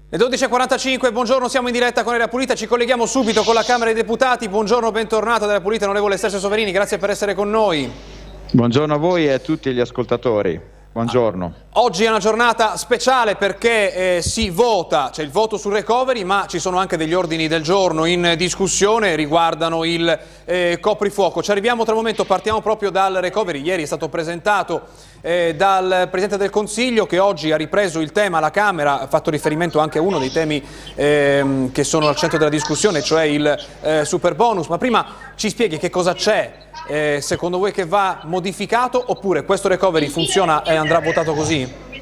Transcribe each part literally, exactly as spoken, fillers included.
Le dodici e quarantacinque, buongiorno, siamo in diretta con Area Pulita, ci colleghiamo subito con la Camera dei Deputati. Buongiorno, bentornato ad Area Pulita, onorevole Sergio Soverini, grazie per essere con noi. Buongiorno a voi e a tutti gli ascoltatori. Buongiorno. Oggi è una giornata speciale perché eh, si vota, c'è il voto sul recovery, ma ci sono anche degli ordini del giorno in discussione, riguardano il eh, coprifuoco. Ci arriviamo tra un momento, partiamo proprio dal recovery. Ieri è stato presentato eh, dal Presidente del Consiglio, che oggi ha ripreso il tema alla Camera, ha fatto riferimento anche a uno dei temi eh, che sono al centro della discussione, cioè il eh, super bonus. Ma prima ci spieghi che cosa c'è, eh, secondo voi, che va modificato, oppure questo recovery funziona e andrà votato così?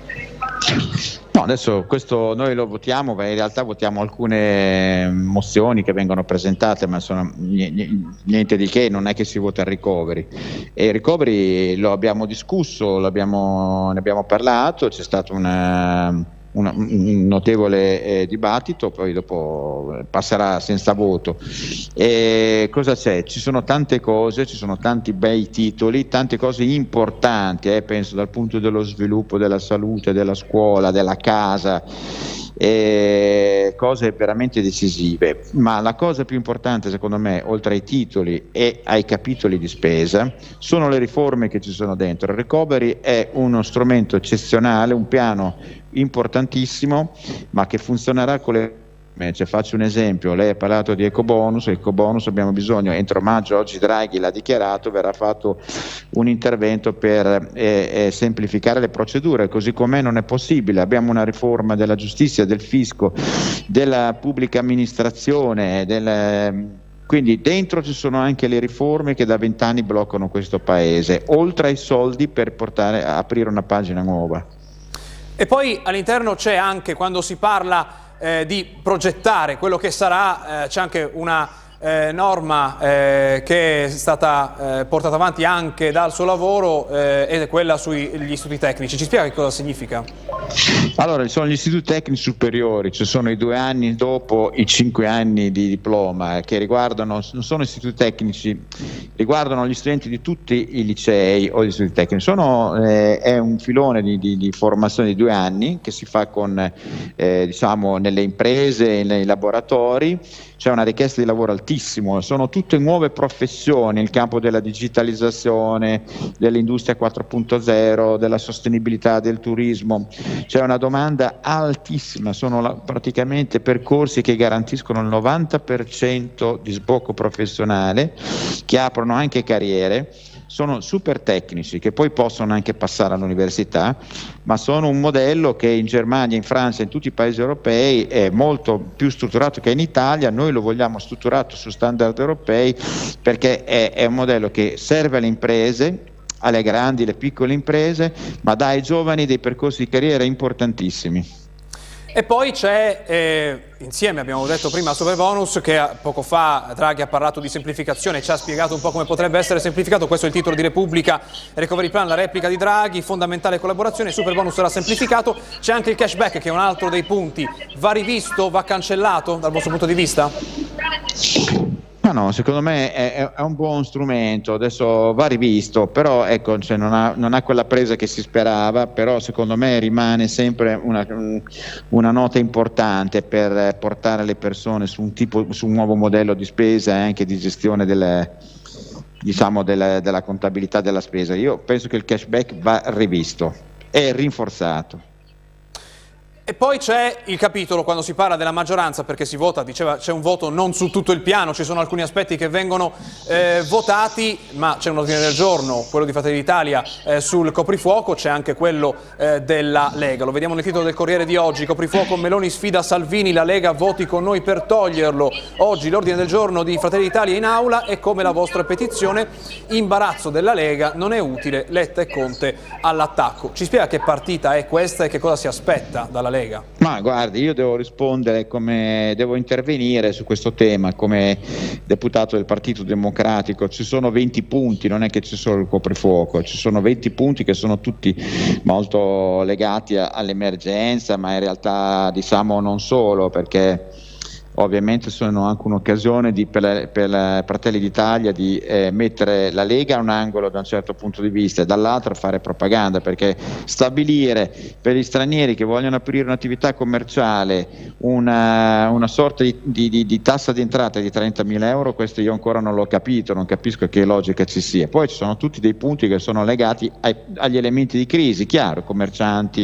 No, adesso questo noi lo votiamo, ma in realtà votiamo alcune mozioni che vengono presentate, ma sono niente di che, non è che si vota il recovery. E il recovery lo abbiamo discusso, l'abbiamo, ne abbiamo parlato, c'è stato una... Un, un notevole eh, dibattito, poi dopo passerà senza voto. E cosa c'è? Ci sono tante cose, ci sono tanti bei titoli, tante cose importanti, eh, penso dal punto dello sviluppo, della salute, della scuola, della casa, eh, cose veramente decisive. Ma la cosa più importante, secondo me, oltre ai titoli e ai capitoli di spesa, sono le riforme che ci sono dentro. Il recovery è uno strumento eccezionale, un piano importantissimo, ma che funzionerà con le... Cioè, faccio un esempio, lei ha parlato di ecobonus, ecobonus abbiamo bisogno, entro maggio, oggi Draghi l'ha dichiarato, verrà fatto un intervento per eh, eh, semplificare le procedure, così com'è non è possibile. Abbiamo una riforma della giustizia, del fisco, della pubblica amministrazione, del... Quindi dentro ci sono anche le riforme che da vent'anni bloccano questo paese, oltre ai soldi per portare a aprire una pagina nuova. E poi all'interno c'è anche, quando si parla eh, di progettare quello che sarà, eh, c'è anche una eh, norma eh, che è stata eh, portata avanti anche dal suo lavoro eh, ed è quella sugli istituti tecnici. Ci spiega che cosa significa? Allora, ci sono gli istituti tecnici superiori, ci sono i due anni dopo i cinque anni di diploma, che riguardano, non sono istituti tecnici, riguardano gli studenti di tutti i licei o gli istituti tecnici. Sono, eh, è un filone di, di, di formazione di due anni che si fa con, eh, diciamo, nelle imprese, nei laboratori. C'è una richiesta di lavoro altissimo, sono tutte nuove professioni nel campo della digitalizzazione, dell'industria quattro punto zero, della sostenibilità, del turismo. C'è una domanda altissima, sono la, praticamente percorsi che garantiscono il novanta per cento di sbocco professionale, che aprono anche carriere. Sono super tecnici che poi possono anche passare all'università, ma sono un modello che in Germania, in Francia, in tutti i paesi europei è molto più strutturato che in Italia. Noi lo vogliamo strutturato su standard europei perché è, è un modello che serve alle imprese, alle grandi, alle piccole imprese, ma dà ai giovani dei percorsi di carriera importantissimi. E poi c'è, eh, insieme abbiamo detto prima, super bonus, che poco fa Draghi ha parlato di semplificazione, ci ha spiegato un po' come potrebbe essere semplificato. Questo è il titolo di Repubblica, Recovery Plan, la replica di Draghi, fondamentale collaborazione, super bonus sarà semplificato. C'è anche il cashback, che è un altro dei punti, va rivisto, va cancellato dal vostro punto di vista? No, no, secondo me è, è un buon strumento, adesso va rivisto, però ecco, cioè non, ha, non ha quella presa che si sperava, però secondo me rimane sempre una, una nota importante per portare le persone su un, tipo, su un nuovo modello di spesa e anche di gestione delle, diciamo, della, della contabilità della spesa. Io penso che il cashback va rivisto e rinforzato. E poi c'è il capitolo, quando si parla della maggioranza, perché si vota, diceva, c'è un voto non su tutto il piano, ci sono alcuni aspetti che vengono eh, votati, ma c'è un ordine del giorno, quello di Fratelli d'Italia, eh, sul coprifuoco, c'è anche quello eh, della Lega. Lo vediamo nel titolo del Corriere di oggi: coprifuoco, Meloni sfida Salvini, la Lega voti con noi per toglierlo. Oggi l'ordine del giorno di Fratelli d'Italia in aula è come la vostra petizione, imbarazzo della Lega, non è utile, Letta e Conte all'attacco. Ci spiega che partita è questa e che cosa si aspetta dalla Lega? Ma guardi, io devo rispondere, come devo intervenire su questo tema come deputato del Partito Democratico. Ci sono venti punti, non è che c'è solo il coprifuoco, ci sono venti punti che sono tutti molto legati all'emergenza, ma in realtà diciamo non solo, perché ovviamente sono anche un'occasione di, per, la, per la Fratelli d'Italia di eh, mettere la Lega a un angolo da un certo punto di vista e dall'altro fare propaganda, perché stabilire per gli stranieri che vogliono aprire un'attività commerciale una, una sorta di, di, di, di tassa di entrata di trentamila euro, questo io ancora non l'ho capito, non capisco che logica ci sia. Poi ci sono tutti dei punti che sono legati ai, agli elementi di crisi, chiaro, commercianti,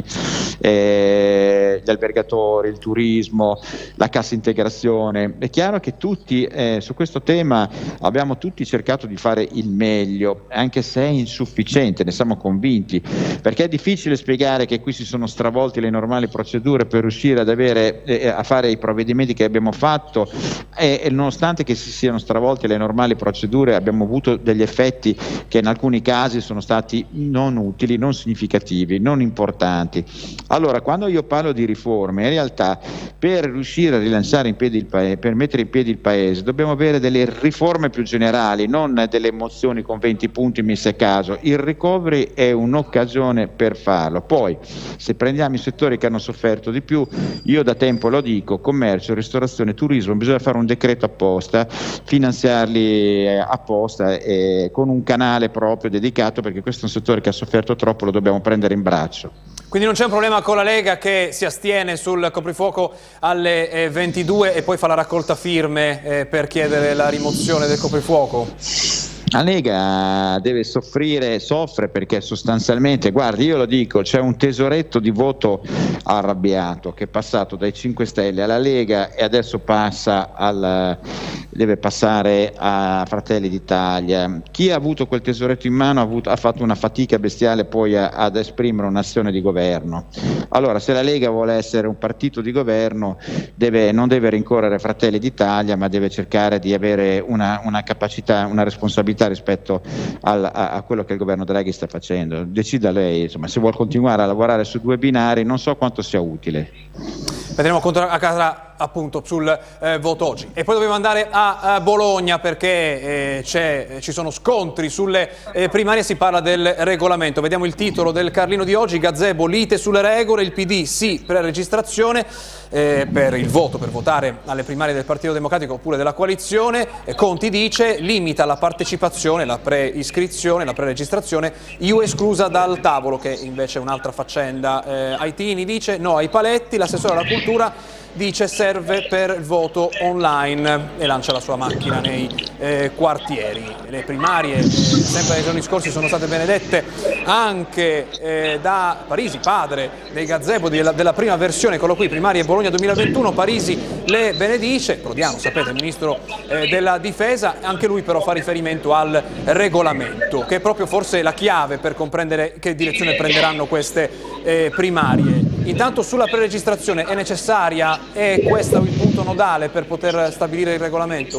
eh, gli albergatori, il turismo, la cassa integrazione. È chiaro che tutti eh, su questo tema abbiamo tutti cercato di fare il meglio, anche se è insufficiente, ne siamo convinti, perché è difficile spiegare che qui si sono stravolti le normali procedure per riuscire ad avere, eh, a fare i provvedimenti che abbiamo fatto e, e nonostante che si siano stravolte le normali procedure abbiamo avuto degli effetti che in alcuni casi sono stati non utili, non significativi, non importanti. Allora, quando io parlo di riforme, in realtà per riuscire a rilanciare in piedi il paese, per mettere in piedi il paese, dobbiamo avere delle riforme più generali, non delle mozioni con venti punti messi a caso. Il recovery è un'occasione per farlo. Poi, se prendiamo i settori che hanno sofferto di più, io da tempo lo dico, commercio, ristorazione, turismo, bisogna fare un decreto apposta, finanziarli eh, apposta eh, con un canale proprio dedicato, perché questo è un settore che ha sofferto troppo, lo dobbiamo prendere in braccio. Quindi non c'è un problema con la Lega che si astiene sul coprifuoco alle eh, ventidue e poi fa la raccolta firme eh, per chiedere la rimozione del coprifuoco? La Lega deve soffrire, soffre perché sostanzialmente, guardi, io lo dico, c'è un tesoretto di voto arrabbiato che è passato dai cinque Stelle alla Lega e adesso passa al, deve passare a Fratelli d'Italia. Chi ha avuto quel tesoretto in mano ha, avuto, ha fatto una fatica bestiale poi a, ad esprimere un'azione di governo. Allora, se la Lega vuole essere un partito di governo, deve, non deve rincorrere Fratelli d'Italia, ma deve cercare di avere una, una capacità, una responsabilità rispetto al, a, a quello che il governo Draghi sta facendo. Decida lei, insomma, se vuole continuare a lavorare su due binari, non so quanto sia utile. Vedremo a casa appunto sul eh, voto oggi. E poi dobbiamo andare a, a Bologna perché eh, c'è, ci sono scontri sulle eh, primarie, si parla del regolamento. Vediamo il titolo del Carlino di oggi: Gazebo, lite sulle regole, il P D sì pre-registrazione eh, per il voto, per votare alle primarie del Partito Democratico oppure della coalizione. E Conti dice limita la partecipazione, la pre-iscrizione, la pre-registrazione, io esclusa dal tavolo, che invece è un'altra faccenda. Eh, Aitini dice no ai paletti, l'assessore alla cultura dice serve per il voto online e lancia la sua macchina nei eh, quartieri. Le primarie, eh, sempre nei giorni scorsi, sono state benedette anche eh, da Parisi, padre dei gazebo della, della prima versione, eccolo qui, primarie Bologna duemilaventuno, Parisi le benedice, Prodiano sapete, il ministro eh, della difesa, anche lui però fa riferimento al regolamento, che è proprio forse la chiave per comprendere che direzione prenderanno queste eh, primarie. Intanto sulla preregistrazione è necessaria, è questo il punto nodale per poter stabilire il regolamento?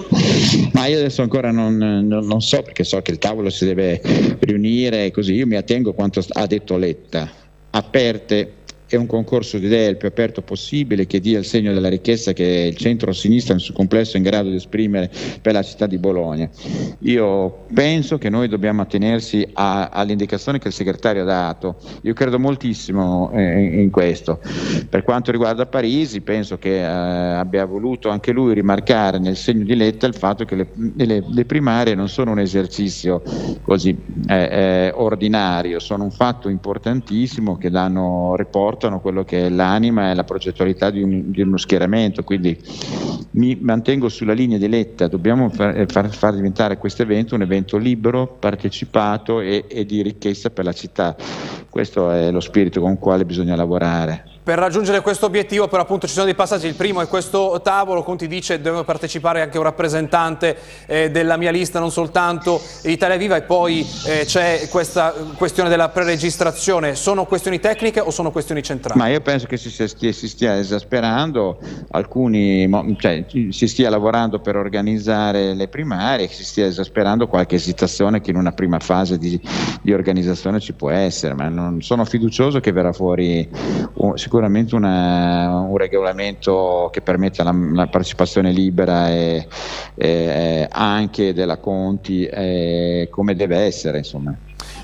Ma io adesso ancora non, non, non so, perché so che il tavolo si deve riunire così. Io mi attengo a quanto ha detto Letta: aperte è un concorso di idee il più aperto possibile, che dia il segno della ricchezza che il centro-sinistra nel suo complesso è in grado di esprimere per la città di Bologna. Io penso che noi dobbiamo attenersi a, all'indicazione che il segretario ha dato. Io credo moltissimo eh, in questo. Per quanto riguarda Parisi, penso che eh, abbia voluto anche lui rimarcare nel segno di Letta il fatto che le, le, le primarie non sono un esercizio così eh, eh, ordinario, sono un fatto importantissimo che danno report quello che è l'anima e la progettualità di, un, di uno schieramento, quindi mi mantengo sulla linea di Letta. Dobbiamo far, far, far diventare questo evento un evento libero, partecipato e, e di ricchezza per la città. Questo è lo spirito con il quale bisogna lavorare. Per raggiungere questo obiettivo però appunto ci sono dei passaggi. Il primo è questo tavolo. Conti dice deve partecipare anche un rappresentante eh, della mia lista, non soltanto Italia Viva, e poi eh, c'è questa questione della preregistrazione. Sono questioni tecniche o sono questioni centrali? Ma io penso che si stia, si stia esasperando alcuni, cioè si stia lavorando per organizzare le primarie, si stia esasperando qualche esitazione che in una prima fase di, di organizzazione ci può essere, ma non sono fiducioso che verrà fuori un, sicuramente una, un regolamento che permetta la, la partecipazione libera e, e anche della Conti, e come deve essere, insomma.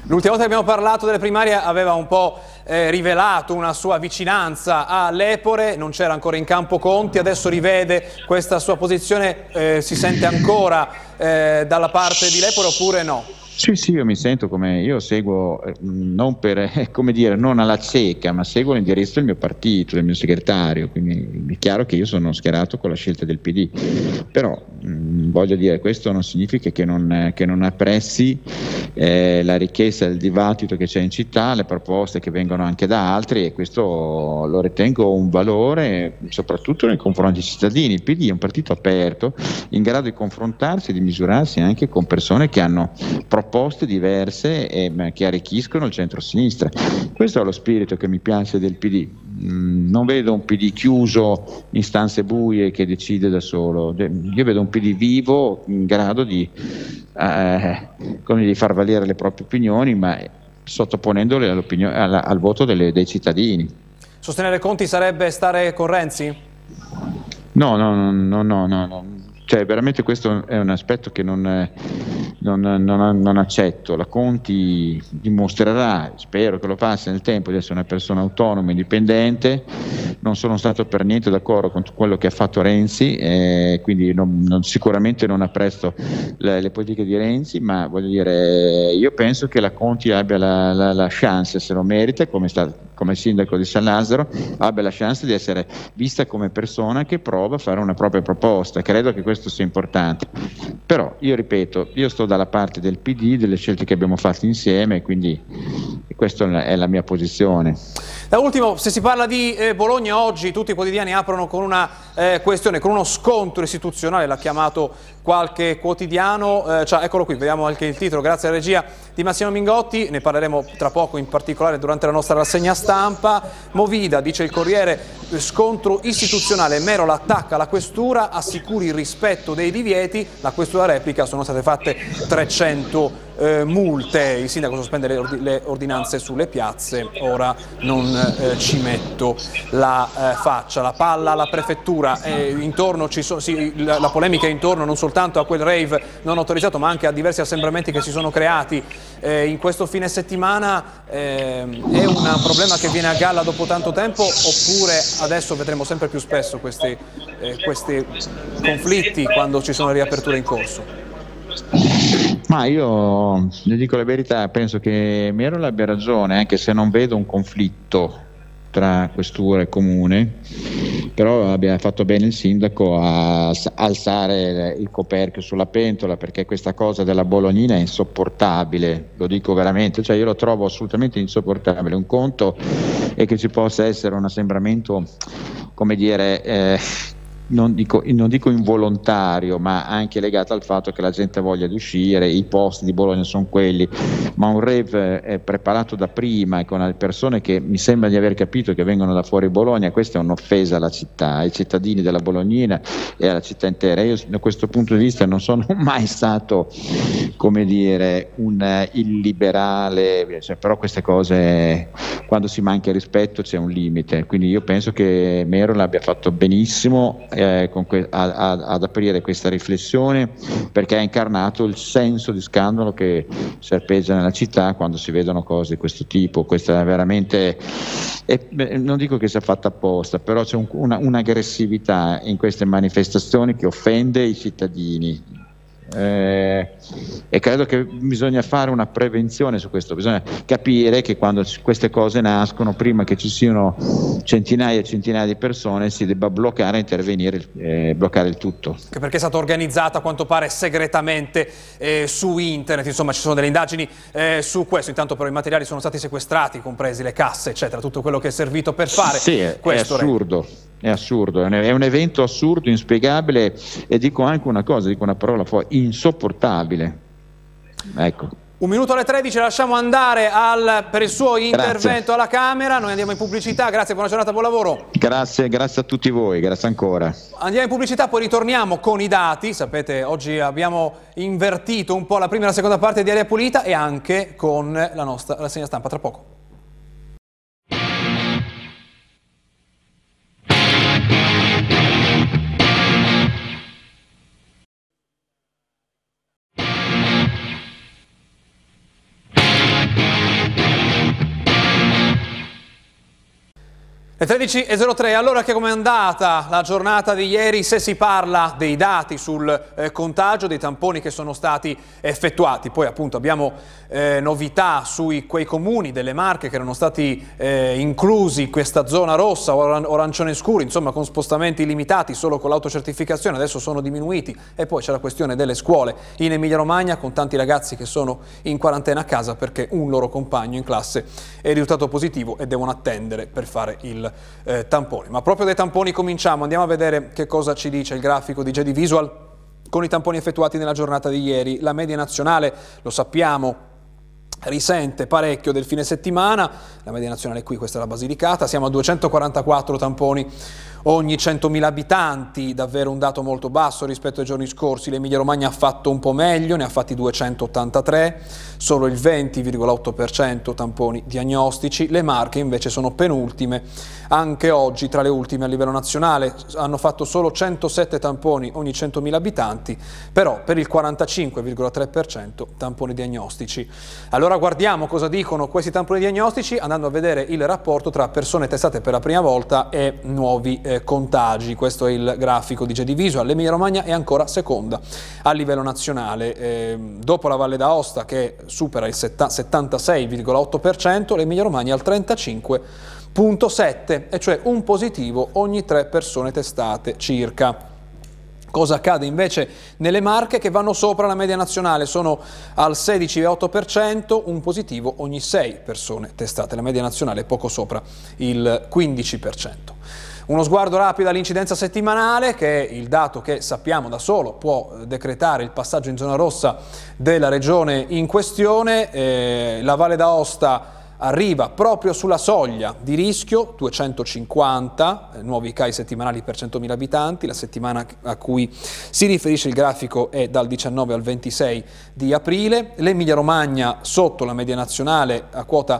L'ultima volta che abbiamo parlato delle primarie aveva un po' eh, rivelato una sua vicinanza a Lepore, non c'era ancora in campo Conti, adesso rivede questa sua posizione, eh, si sente ancora eh, dalla parte di Lepore oppure no? Sì, sì, io mi sento come, io seguo, eh, non per, eh, come dire, non alla cieca, ma seguo l'indirizzo del mio partito, del mio segretario, quindi è chiaro che io sono schierato con la scelta del P D, però mh, voglio dire, questo non significa che non, che non apprezzi eh, la ricchezza del dibattito che c'è in città, le proposte che vengono anche da altri, e questo lo ritengo un valore soprattutto nei confronti dei cittadini. Il P D è un partito aperto, in grado di confrontarsi e di misurarsi anche con persone che hanno proposte diverse e che arricchiscono il centro-sinistra. Questo è lo spirito che mi piace del P D. Mm, non vedo un P D chiuso in stanze buie che decide da solo. Io vedo un P D vivo, in grado di, eh, come di far valere le proprie opinioni, ma sottoponendole al, al voto delle, dei cittadini. Sostenere Conti sarebbe stare con Renzi? No, no, no, no, no, no, no. Cioè, veramente questo è un aspetto che non, non, non, non accetto. La Conti dimostrerà, spero che lo faccia nel tempo, di essere una persona autonoma, indipendente. Non sono stato per niente d'accordo con quello che ha fatto Renzi, eh, quindi non, non, sicuramente non apprezzo le, le politiche di Renzi, ma voglio dire, io penso che la Conti abbia la, la, la chance, se lo merita, come, sta, come sindaco di San Lazzaro, abbia la chance di essere vista come persona che prova a fare una propria proposta. Credo che questo sia importante, però io ripeto, io sto dalla parte del P D, delle scelte che abbiamo fatto insieme, quindi questa è la mia posizione. Da ultimo, se si parla di eh, Bologna oggi, tutti i quotidiani aprono con una eh, questione, con uno scontro istituzionale, l'ha chiamato qualche quotidiano, eh, cioè, eccolo qui, vediamo anche il titolo, grazie alla regia di Massimo Mingotti, ne parleremo tra poco, in particolare durante la nostra rassegna stampa. Movida, dice il Corriere, scontro istituzionale, Merola attacca la questura, assicuri il rispetto dei divieti, la questura replica, sono state fatte trecento eh, multe, il sindaco sospende le, ordi le ordinanze sulle piazze, ora non eh, ci metto la eh, faccia. La palla alla prefettura, eh, intorno ci so, sì, la, la polemica è intorno non soltanto a quel rave non autorizzato ma anche a diversi assembramenti che si sono creati eh, in questo fine settimana. Eh, è un problema che viene a galla dopo tanto tempo oppure adesso vedremo sempre più spesso questi, eh, questi conflitti quando ci sono riaperture in corso? Ma io, le dico la verità, penso che Merola abbia ragione, anche se non vedo un conflitto tra questura e comune, però abbia fatto bene il sindaco a alzare il coperchio sulla pentola, perché questa cosa della Bolognina è insopportabile, lo dico veramente, cioè io lo trovo assolutamente insopportabile. Un conto è che ci possa essere un assembramento, come dire, eh, Non dico, non dico involontario, ma anche legato al fatto che la gente voglia di uscire, i posti di Bologna sono quelli, ma un rave è preparato da prima e con le persone che mi sembra di aver capito che vengono da fuori Bologna. Questa è un'offesa alla città, ai cittadini della Bolognina e alla città intera. Io da questo punto di vista non sono mai stato, come dire, un illiberale, cioè, però queste cose, quando si manca il rispetto c'è un limite, quindi io penso che Merola abbia fatto benissimo Eh, con que- a- a- ad aprire questa riflessione, perché ha incarnato il senso di scandalo che serpeggia nella città quando si vedono cose di questo tipo. Questa è veramente, è, beh, non dico che sia fatta apposta, però c'è un, una, un'aggressività in queste manifestazioni che offende i cittadini. Eh, e credo che bisogna fare una prevenzione su questo, bisogna capire che quando queste cose nascono, prima che ci siano centinaia e centinaia di persone, si debba bloccare, intervenire, eh, bloccare il tutto. Anche perché è stata organizzata a quanto pare segretamente eh, su internet, insomma ci sono delle indagini eh, su questo. Intanto però i materiali sono stati sequestrati, compresi le casse eccetera, tutto quello che è servito per fare. Sì, è, questo è assurdo. È assurdo, è un, è un evento assurdo, inspiegabile, e dico anche una cosa, dico una parola fuori, insopportabile. Ecco. Un minuto alle tredici, lasciamo andare al, per il suo intervento grazie. Alla Camera, noi andiamo in pubblicità, grazie, buona giornata, buon lavoro. Grazie, grazie a tutti voi, grazie ancora. Andiamo in pubblicità, poi ritorniamo con i dati, sapete oggi abbiamo invertito un po' la prima e la seconda parte di Aria Pulita e anche con la nostra rassegna stampa tra poco. Le tredici e zero tre, allora che com'è andata la giornata di ieri se si parla dei dati sul eh, contagio, dei tamponi che sono stati effettuati? Poi appunto abbiamo eh, novità sui quei comuni delle Marche che erano stati eh, inclusi in questa zona rossa o oran arancione scuro, insomma con spostamenti limitati solo con l'autocertificazione, adesso sono diminuiti, e poi c'è la questione delle scuole in Emilia Romagna con tanti ragazzi che sono in quarantena a casa perché un loro compagno in classe è risultato positivo e devono attendere per fare il Eh, tamponi. Ma proprio dai tamponi cominciamo, andiamo a vedere che cosa ci dice il grafico di J D Visual con i tamponi effettuati nella giornata di ieri. La media nazionale, lo sappiamo, risente parecchio del fine settimana, la media nazionale è qui, questa è la Basilicata, siamo a duecentoquarantaquattro tamponi ogni centomila abitanti, davvero un dato molto basso rispetto ai giorni scorsi. L'Emilia Romagna ha fatto un po' meglio, ne ha fatti duecentottantatré, solo il venti virgola otto per cento tamponi diagnostici. Le Marche invece sono penultime, anche oggi tra le ultime a livello nazionale, hanno fatto solo centosette tamponi ogni centomila abitanti, però per il quarantacinque virgola tre per cento tamponi diagnostici. Allora guardiamo cosa dicono questi tamponi diagnostici andando a vedere il rapporto tra persone testate per la prima volta e nuovi eh, contagi. Questo è il grafico di J D Visual. L'Emilia Romagna è ancora seconda a livello nazionale, eh, dopo la Valle d'Aosta che supera il settantasei virgola otto per cento, l'Emilia Romagna al trentacinque virgola sette per cento, e cioè un positivo ogni tre persone testate circa. Cosa accade invece nelle Marche che vanno sopra la media nazionale? Sono al sedici virgola otto per cento, un positivo ogni sei persone testate. La media nazionale è poco sopra il quindici per cento. Uno sguardo rapido all'incidenza settimanale, che è il dato che sappiamo da solo può decretare il passaggio in zona rossa della regione in questione. Eh, la Valle d'Aosta arriva proprio sulla soglia di rischio, duecentocinquanta eh, nuovi casi settimanali per centomila abitanti. La settimana a cui si riferisce il grafico è dal diciannove al ventisei di aprile. L'Emilia Romagna sotto la media nazionale a quota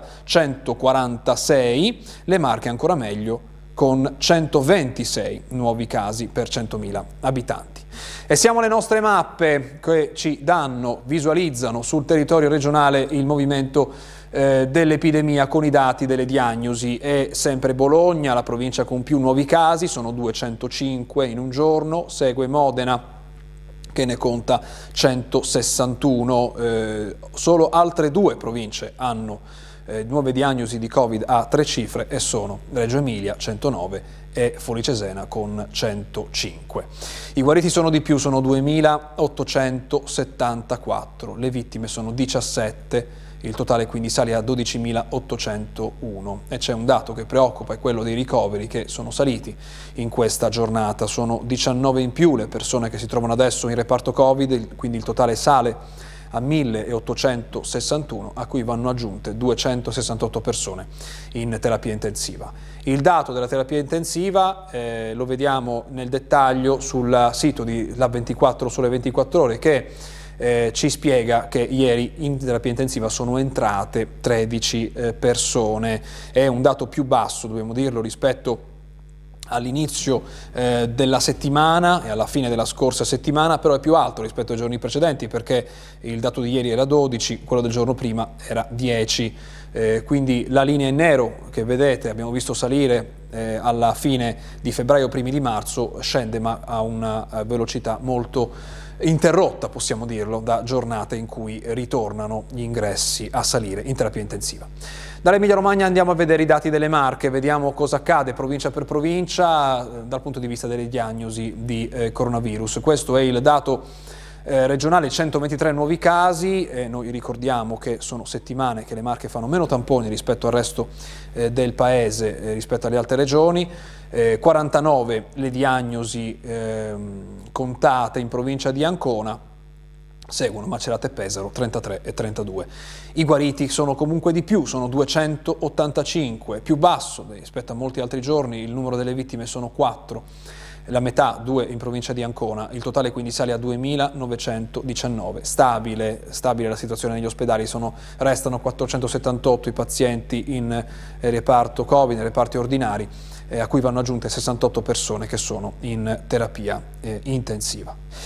centoquarantasei, le Marche ancora meglio con centoventisei nuovi casi per centomila abitanti. E siamo alle nostre mappe che ci danno, visualizzano sul territorio regionale il movimento eh, dell'epidemia con i dati delle diagnosi. È sempre Bologna, la provincia con più nuovi casi, sono duecentocinque in un giorno, segue Modena che ne conta centosessantuno, eh, solo altre due province hanno Eh, nuove diagnosi di Covid a tre cifre e sono Reggio Emilia centonove e Forlì Cesena con centocinque. I guariti sono di più, sono duemilaottocentosettantaquattro, le vittime sono diciassette, il totale quindi sale a dodicimilaottocentouno, e c'è un dato che preoccupa, è quello dei ricoveri che sono saliti in questa giornata, sono diciannove in più le persone che si trovano adesso in reparto Covid, quindi il totale sale a milleottocentosessantuno, a cui vanno aggiunte duecentosessantotto persone in terapia intensiva. Il dato della terapia intensiva eh, lo vediamo nel dettaglio sul sito di La ventiquattro Sole ventiquattro Ore, che eh, ci spiega che ieri in terapia intensiva sono entrate tredici eh, persone. È un dato più basso, dobbiamo dirlo, rispetto all'inizio eh, della settimana e alla fine della scorsa settimana, però è più alto rispetto ai giorni precedenti, perché il dato di ieri era dodici, quello del giorno prima era dieci, eh, quindi la linea in nero che vedete abbiamo visto salire eh, alla fine di febbraio, primi di marzo, scende ma a una velocità molto interrotta, possiamo dirlo, da giornate in cui ritornano gli ingressi a salire in terapia intensiva. Dall'Emilia Romagna andiamo a vedere i dati delle Marche, vediamo cosa accade provincia per provincia dal punto di vista delle diagnosi di eh, coronavirus. Questo è il dato eh, regionale, centoventitré nuovi casi, e noi ricordiamo che sono settimane che le Marche fanno meno tamponi rispetto al resto eh, del paese, eh, rispetto alle altre regioni. Eh, quarantanove le diagnosi eh, contate in provincia di Ancona, seguono Macerata e Pesaro, trentatré e trentadue. I guariti sono comunque di più, sono duecentottantacinque, più basso rispetto a molti altri giorni, il numero delle vittime sono quattro, la metà, due in provincia di Ancona, il totale quindi sale a duemilanovecentodiciannove. Stabile, stabile la situazione negli ospedali, sono, restano quattrocentosettantotto i pazienti in eh, reparto Covid, nei reparti ordinari, eh, a cui vanno aggiunte sessantotto persone che sono in terapia eh, intensiva.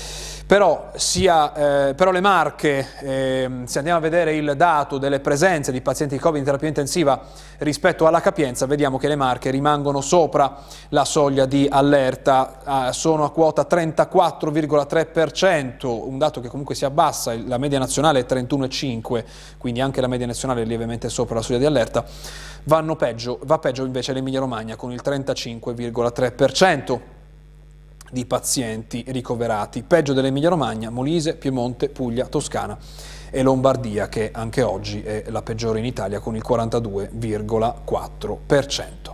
Però, sia, eh, però le Marche, eh, se andiamo a vedere il dato delle presenze di pazienti Covid in terapia intensiva rispetto alla capienza, vediamo che le Marche rimangono sopra la soglia di allerta, eh, sono a quota trentaquattro virgola tre per cento, un dato che comunque si abbassa, la media nazionale è trentuno virgola cinque, quindi anche la media nazionale è lievemente sopra la soglia di allerta. Vanno peggio, va peggio invece l'Emilia Romagna con il trentacinque virgola tre per cento. Di pazienti ricoverati. Peggio dell'Emilia Romagna, Molise, Piemonte, Puglia, Toscana e Lombardia, che anche oggi è la peggiore in Italia con il quarantadue virgola quattro per cento.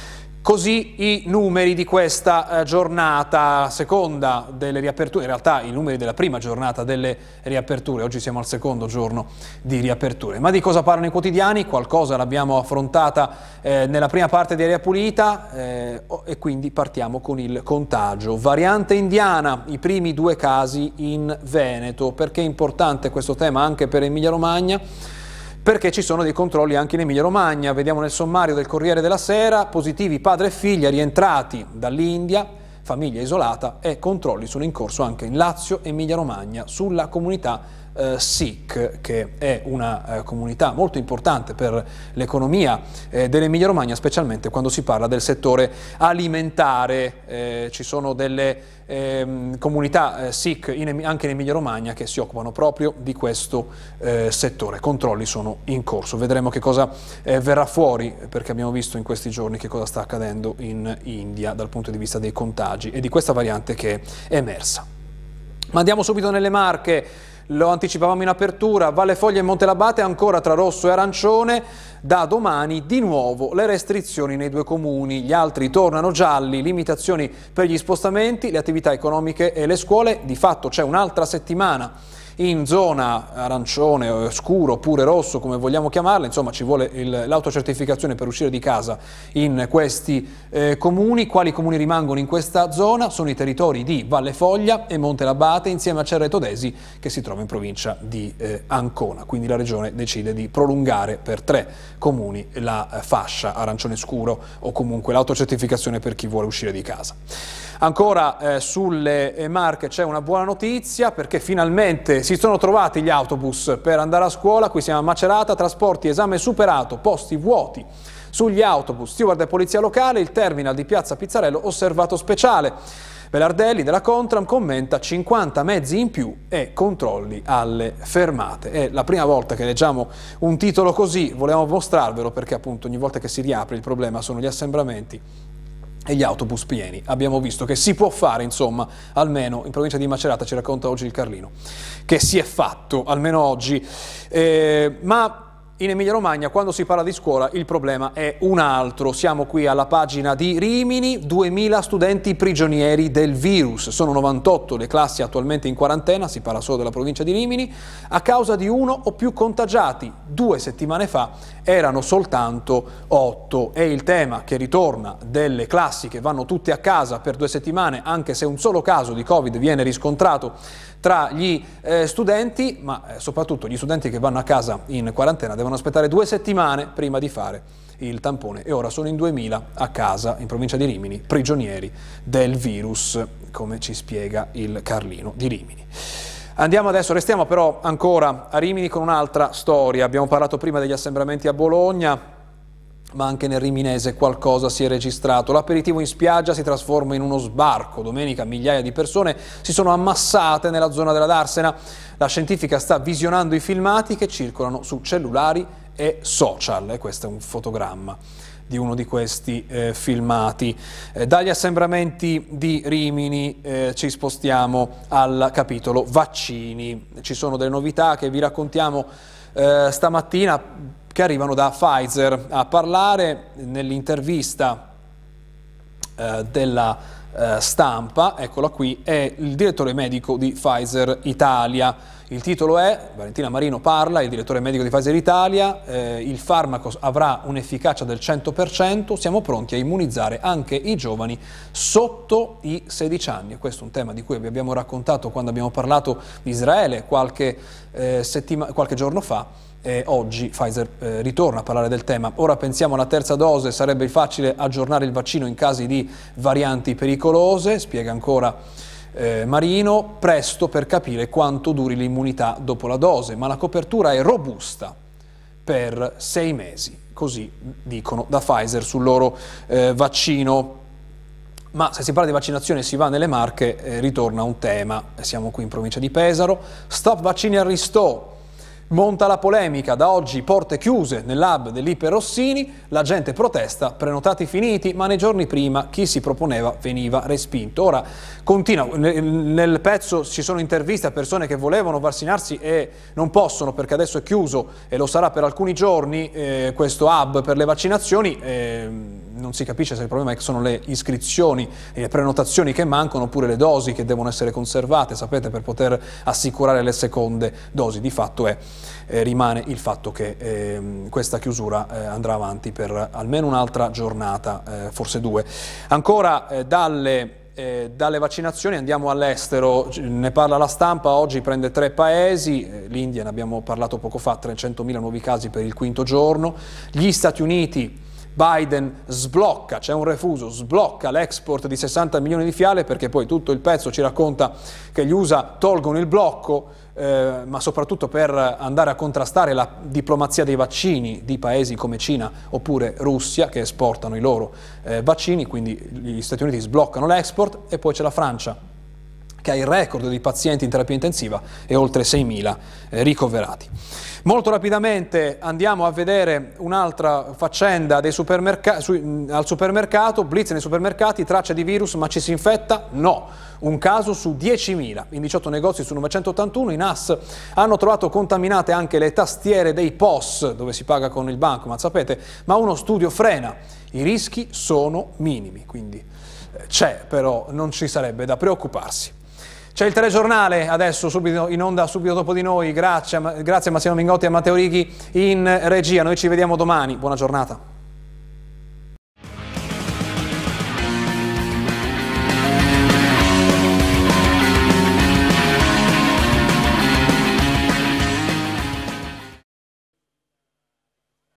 Così i numeri di questa eh, giornata, seconda delle riaperture, in realtà i numeri della prima giornata delle riaperture, oggi siamo al secondo giorno di riaperture. Ma di cosa parlano i quotidiani? Qualcosa l'abbiamo affrontata eh, nella prima parte di Aria Pulita eh, e quindi partiamo con il contagio. Variante indiana, i primi due casi in Veneto. Perché è importante questo tema anche per Emilia Romagna? Perché ci sono dei controlli anche in Emilia Romagna. Vediamo nel sommario del Corriere della Sera, positivi padre e figlia rientrati dall'India, famiglia isolata, e controlli sono in corso anche in Lazio e Emilia Romagna sulla comunità eh, Sikh, che è una eh, comunità molto importante per l'economia eh, dell'Emilia Romagna, specialmente quando si parla del settore alimentare. Eh, ci sono delle eh, comunità eh, Sikh in, anche in Emilia Romagna che si occupano proprio di questo eh, settore. Controlli sono in corso, vedremo che cosa eh, verrà fuori, perché abbiamo visto in questi giorni che cosa sta accadendo in India dal punto di vista dei contagi e di questa variante che è emersa. Ma andiamo subito nelle Marche. Lo anticipavamo in apertura, Valle Foglia e Montelabate ancora tra rosso e arancione, da domani di nuovo le restrizioni nei due comuni, gli altri tornano gialli, limitazioni per gli spostamenti, le attività economiche e le scuole, di fatto c'è un'altra settimana in zona arancione, scuro, oppure rosso, come vogliamo chiamarla, insomma ci vuole l'autocertificazione per uscire di casa in questi eh, comuni. Quali comuni rimangono in questa zona? Sono i territori di Valle Foglia e Montelabate insieme a Cerreto d'Esi, che si trova in provincia di eh, Ancona, quindi la regione decide di prolungare per tre comuni la eh, fascia arancione scuro o comunque l'autocertificazione per chi vuole uscire di casa. Ancora eh, sulle Marche c'è una buona notizia, perché finalmente si sono trovati gli autobus per andare a scuola. Qui siamo a Macerata, trasporti, esame superato, posti vuoti sugli autobus, steward e polizia locale, il terminal di Piazza Pizzarello osservato speciale. Velardelli della Contram commenta cinquanta mezzi in più e controlli alle fermate. È la prima volta che leggiamo un titolo così, volevamo mostrarvelo perché appunto ogni volta che si riapre il problema sono gli assembramenti e gli autobus pieni. Abbiamo visto che si può fare, insomma, almeno in provincia di Macerata, ci racconta oggi il Carlino, che si è fatto, almeno oggi. Eh, ma in Emilia Romagna, quando si parla di scuola, il problema è un altro. Siamo qui alla pagina di Rimini, duemila studenti prigionieri del virus. Sono novantotto le classi attualmente in quarantena, si parla solo della provincia di Rimini, a causa di uno o più contagiati. Due settimane fa erano soltanto otto. È il tema che ritorna delle classi che vanno tutte a casa per due settimane, anche se un solo caso di Covid viene riscontrato tra gli eh, studenti, ma eh, soprattutto gli studenti che vanno a casa in quarantena devono aspettare due settimane prima di fare il tampone e ora sono in duemila a casa in provincia di Rimini, prigionieri del virus, come ci spiega il Carlino di Rimini. Andiamo adesso, restiamo però ancora a Rimini con un'altra storia. Abbiamo parlato prima degli assembramenti a Bologna, ma anche nel riminese qualcosa si è registrato. L'aperitivo in spiaggia si trasforma in uno sbarco. Domenica migliaia di persone si sono ammassate nella zona della Darsena. La scientifica sta visionando i filmati che circolano su cellulari e social. E questo è un fotogramma di uno di questi eh, filmati. Eh, dagli assembramenti di Rimini eh, ci spostiamo al capitolo vaccini. Ci sono delle novità che vi raccontiamo eh, stamattina, che arrivano da Pfizer. A parlare nell'intervista eh, della eh, stampa, eccola qui, è il direttore medico di Pfizer Italia. Il titolo è, Valentina Marino parla, il direttore medico di Pfizer Italia, eh, il farmaco avrà un'efficacia del cento per cento, siamo pronti a immunizzare anche i giovani sotto i sedici anni. Questo è un tema di cui vi abbiamo raccontato quando abbiamo parlato di Israele qualche, eh, settima- qualche giorno fa. E oggi Pfizer eh, ritorna a parlare del tema. Ora pensiamo alla terza dose, sarebbe facile aggiornare il vaccino in casi di varianti pericolose, spiega ancora eh, Marino, presto per capire quanto duri l'immunità dopo la dose, ma la copertura è robusta per sei mesi, così dicono da Pfizer sul loro eh, vaccino. Ma se si parla di vaccinazione e si va nelle Marche, eh, ritorna un tema, siamo qui in provincia di Pesaro, stop vaccini a Ristò. Monta la polemica, da oggi porte chiuse nell'hub dell'Iper Rossini, la gente protesta, prenotati finiti, ma nei giorni prima chi si proponeva veniva respinto. Ora continua, nel pezzo ci sono interviste a persone che volevano vaccinarsi e non possono perché adesso è chiuso e lo sarà per alcuni giorni eh, questo hub per le vaccinazioni. Eh, non si capisce se il problema è che sono le iscrizioni e le prenotazioni che mancano oppure le dosi che devono essere conservate, sapete, per poter assicurare le seconde dosi. Di fatto è, eh, rimane il fatto che eh, questa chiusura eh, andrà avanti per almeno un'altra giornata, eh, forse due. Ancora eh, dalle... Eh, dalle vaccinazioni andiamo all'estero, ne parla la stampa, oggi prende tre paesi, eh, l'India, ne abbiamo parlato poco fa, trecentomila nuovi casi per il quinto giorno, gli Stati Uniti, Biden sblocca, c'è un refuso, sblocca l'export di sessanta milioni di fiale perché poi tutto il pezzo ci racconta che gli U S A tolgono il blocco, eh, ma soprattutto per andare a contrastare la diplomazia dei vaccini di paesi come Cina oppure Russia che esportano i loro eh, vaccini, quindi gli Stati Uniti sbloccano l'export e poi c'è la Francia che ha il record di pazienti in terapia intensiva e oltre seimila eh, ricoverati. Molto rapidamente andiamo a vedere un'altra faccenda dei supermercati, su, al supermercato, blitz nei supermercati, tracce di virus, ma ci si infetta? No. Un caso su diecimila, in diciotto negozi su novecentottantuno, i N A S hanno trovato contaminate anche le tastiere dei P O S, dove si paga con il banco, ma sapete, ma uno studio frena, i rischi sono minimi, quindi c'è, però non ci sarebbe da preoccuparsi. C'è il telegiornale adesso subito in onda, subito dopo di noi, grazie, grazie a Massimo Mingotti e a Matteo Righi in regia, noi ci vediamo domani, buona giornata.